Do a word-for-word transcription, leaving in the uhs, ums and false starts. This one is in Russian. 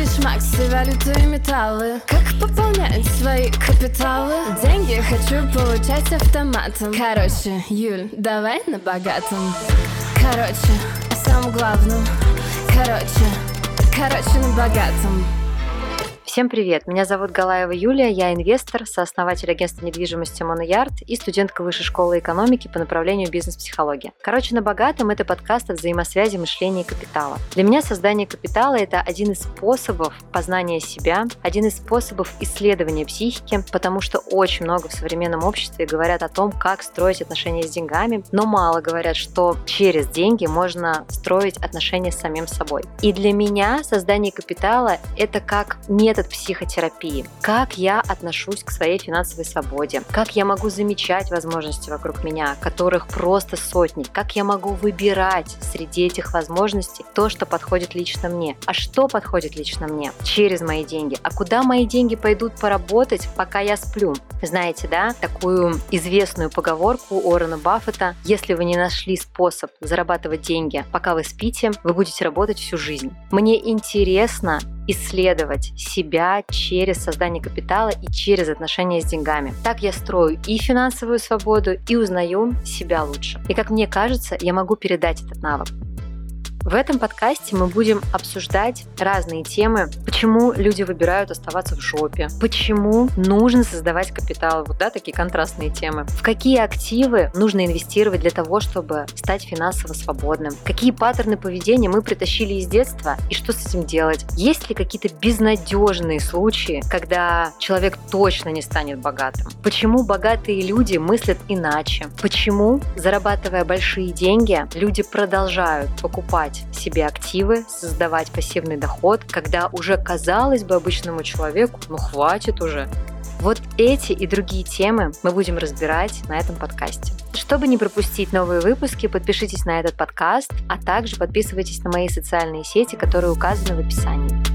бишмаксы, валюты и металлы. Как пополнять свои капиталы? Деньги хочу получать автоматом. Короче, Юль, давай на богатом. Короче, о самом главном. Короче, короче, на богатом. Всем привет! Меня зовут Галаева Юлия, я инвестор, сооснователь агентства недвижимости Моноярд и студентка Высшей школы экономики по направлению бизнес-психология. Короче, на богатом – это подкаст о взаимосвязи мышления и капитала. Для меня создание капитала – это один из способов познания себя, один из способов исследования психики, потому что очень много в современном обществе говорят о том, как строить отношения с деньгами, но мало говорят, что через деньги можно строить отношения с самим собой. И для меня создание капитала – это как метод психотерапии. Как я отношусь к своей финансовой свободе, как я могу замечать возможности вокруг меня, которых просто сотни, как я могу выбирать среди этих возможностей то, что подходит лично мне. А что подходит лично мне? Через мои деньги. А куда мои деньги пойдут поработать, пока я сплю? Знаете, да, такую известную поговорку Уоррена Баффета: если вы не нашли способ зарабатывать деньги, пока вы спите, вы будете работать всю жизнь. Мне интересно исследовать себя через создание капитала и через отношения с деньгами. Так я строю и финансовую свободу, и узнаю себя лучше. И как мне кажется, я могу передать этот навык. В этом подкасте мы будем обсуждать разные темы, почему люди выбирают оставаться в жопе, почему нужно создавать капитал, вот да, такие контрастные темы, в какие активы нужно инвестировать для того, чтобы стать финансово свободным, какие паттерны поведения мы притащили из детства и что с этим делать, есть ли какие-то безнадежные случаи, когда человек точно не станет богатым, почему богатые люди мыслят иначе, почему, зарабатывая большие деньги, люди продолжают покупать себе активы, создавать пассивный доход, когда уже, казалось бы, обычному человеку, ну хватит уже. Вот эти и другие темы мы будем разбирать на этом подкасте. Чтобы не пропустить новые выпуски, подпишитесь на этот подкаст, а также подписывайтесь на мои социальные сети, которые указаны в описании.